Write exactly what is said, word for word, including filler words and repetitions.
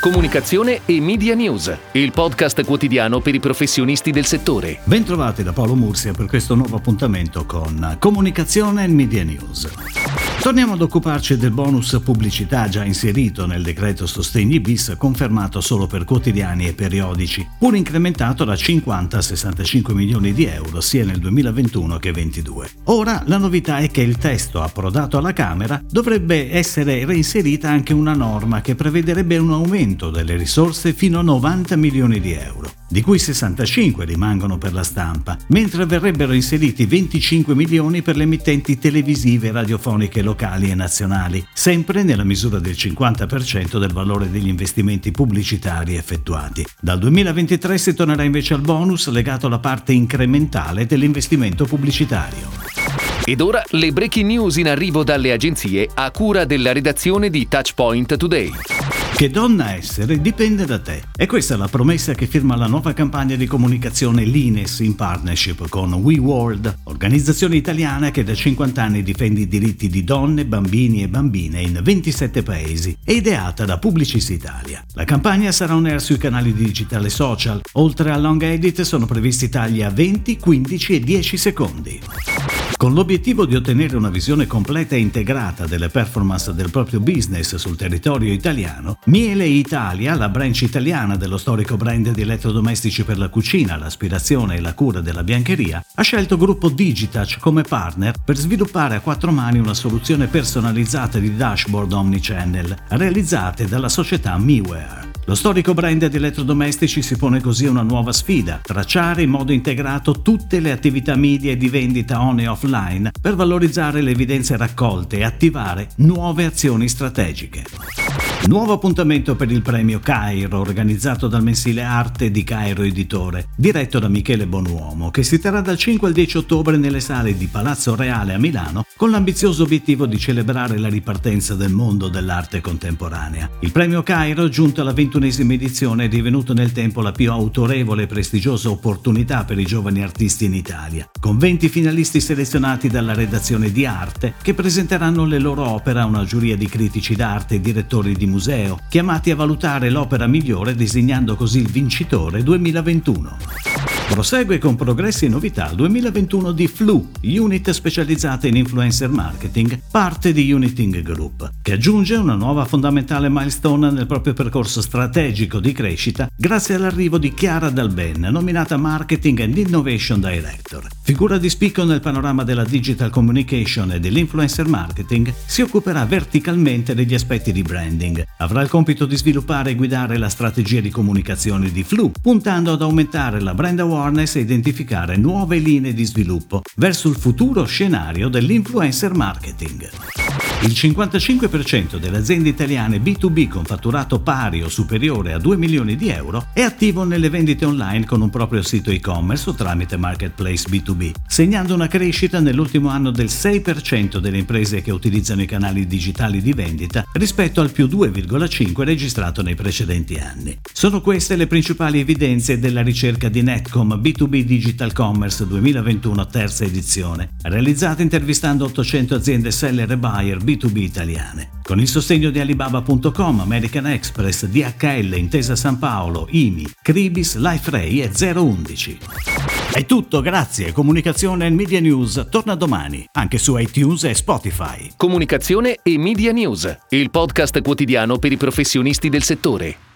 Comunicazione e Media News, il podcast quotidiano per i professionisti del settore. Bentrovati da Paolo Mursia per questo nuovo appuntamento con Comunicazione e Media News. Torniamo ad occuparci del bonus pubblicità già inserito nel decreto Sostegni bis, confermato solo per quotidiani e periodici, pur incrementato da cinquanta a sessantacinque milioni di euro sia nel duemilaventuno che ventidue. Ora la novità è che il testo approdato alla Camera dovrebbe essere reinserita anche una norma che prevederebbe un aumento delle risorse fino a novanta milioni di euro, di cui sessantacinque rimangono per la stampa, mentre verrebbero inseriti venticinque milioni per le emittenti televisive, radiofoniche locali e nazionali, sempre nella misura del cinquanta per cento del valore degli investimenti pubblicitari effettuati. Dal duemilaventitré si tornerà invece al bonus legato alla parte incrementale dell'investimento pubblicitario. Ed ora le breaking news in arrivo dalle agenzie a cura della redazione di Touchpoint Today. Che donna essere dipende da te. E questa è la promessa che firma la nuova campagna di comunicazione Lines in partnership con WeWorld, organizzazione italiana che da cinquanta anni difende i diritti di donne, bambini e bambine in ventisette paesi e ideata da Publicis Italia. La campagna sarà on air sui canali digitali e social. Oltre al long edit sono previsti tagli a venti, quindici e dieci secondi. Con l'obiettivo di ottenere una visione completa e integrata delle performance del proprio business sul territorio italiano, Miele Italia, la branch italiana dello storico brand di elettrodomestici per la cucina, l'aspirazione e la cura della biancheria, ha scelto Gruppo Digitouch come partner per sviluppare a quattro mani una soluzione personalizzata di dashboard omnichannel, realizzate dalla società MiWare. Lo storico brand di elettrodomestici si pone così una nuova sfida: tracciare in modo integrato tutte le attività media e di vendita on e offline per valorizzare le evidenze raccolte e attivare nuove azioni strategiche. Nuovo appuntamento per il premio Cairo, organizzato dal mensile Arte di Cairo Editore, diretto da Michele Bonuomo, che si terrà dal cinque al dieci ottobre nelle sale di Palazzo Reale a Milano, con l'ambizioso obiettivo di celebrare la ripartenza del mondo dell'arte contemporanea. Il premio Cairo, giunto alla ventunesima edizione, è divenuto nel tempo la più autorevole e prestigiosa opportunità per i giovani artisti in Italia, con venti finalisti selezionati dalla redazione di Arte, che presenteranno le loro opere a una giuria di critici d'arte e direttori di museo, chiamati a valutare l'opera migliore, designando così il vincitore duemilaventuno. Prosegue con progressi e novità il duemilaventuno di Flu, unit specializzata in influencer marketing, parte di Uniting Group, che aggiunge una nuova fondamentale milestone nel proprio percorso strategico di crescita grazie all'arrivo di Chiara Dalben, nominata Marketing and Innovation Director. Figura di spicco nel panorama della digital communication e dell'influencer marketing, si occuperà verticalmente degli aspetti di branding. Avrà il compito di sviluppare e guidare la strategia di comunicazione di Flu, puntando ad aumentare la brand awareness e identificare nuove linee di sviluppo verso il futuro scenario dell'influencer marketing. Il cinquantacinque per cento delle aziende italiane B due B con fatturato pari o superiore a due milioni di euro è attivo nelle vendite online con un proprio sito e-commerce o tramite marketplace B due B, segnando una crescita nell'ultimo anno del sei per cento delle imprese che utilizzano i canali digitali di vendita rispetto al più due virgola cinque registrato nei precedenti anni. Sono queste le principali evidenze della ricerca di Netcom B due B Digital Commerce duemilaventuno terza edizione, realizzata intervistando ottocento aziende seller e buyer B due B italiane. Con il sostegno di Alibaba punto com, American Express, D H L, Intesa San Paolo, I M I, Cribis, Liferay e zero undici. È tutto, grazie. Comunicazione e Media News torna domani, anche su iTunes e Spotify. Comunicazione e Media News, il podcast quotidiano per i professionisti del settore.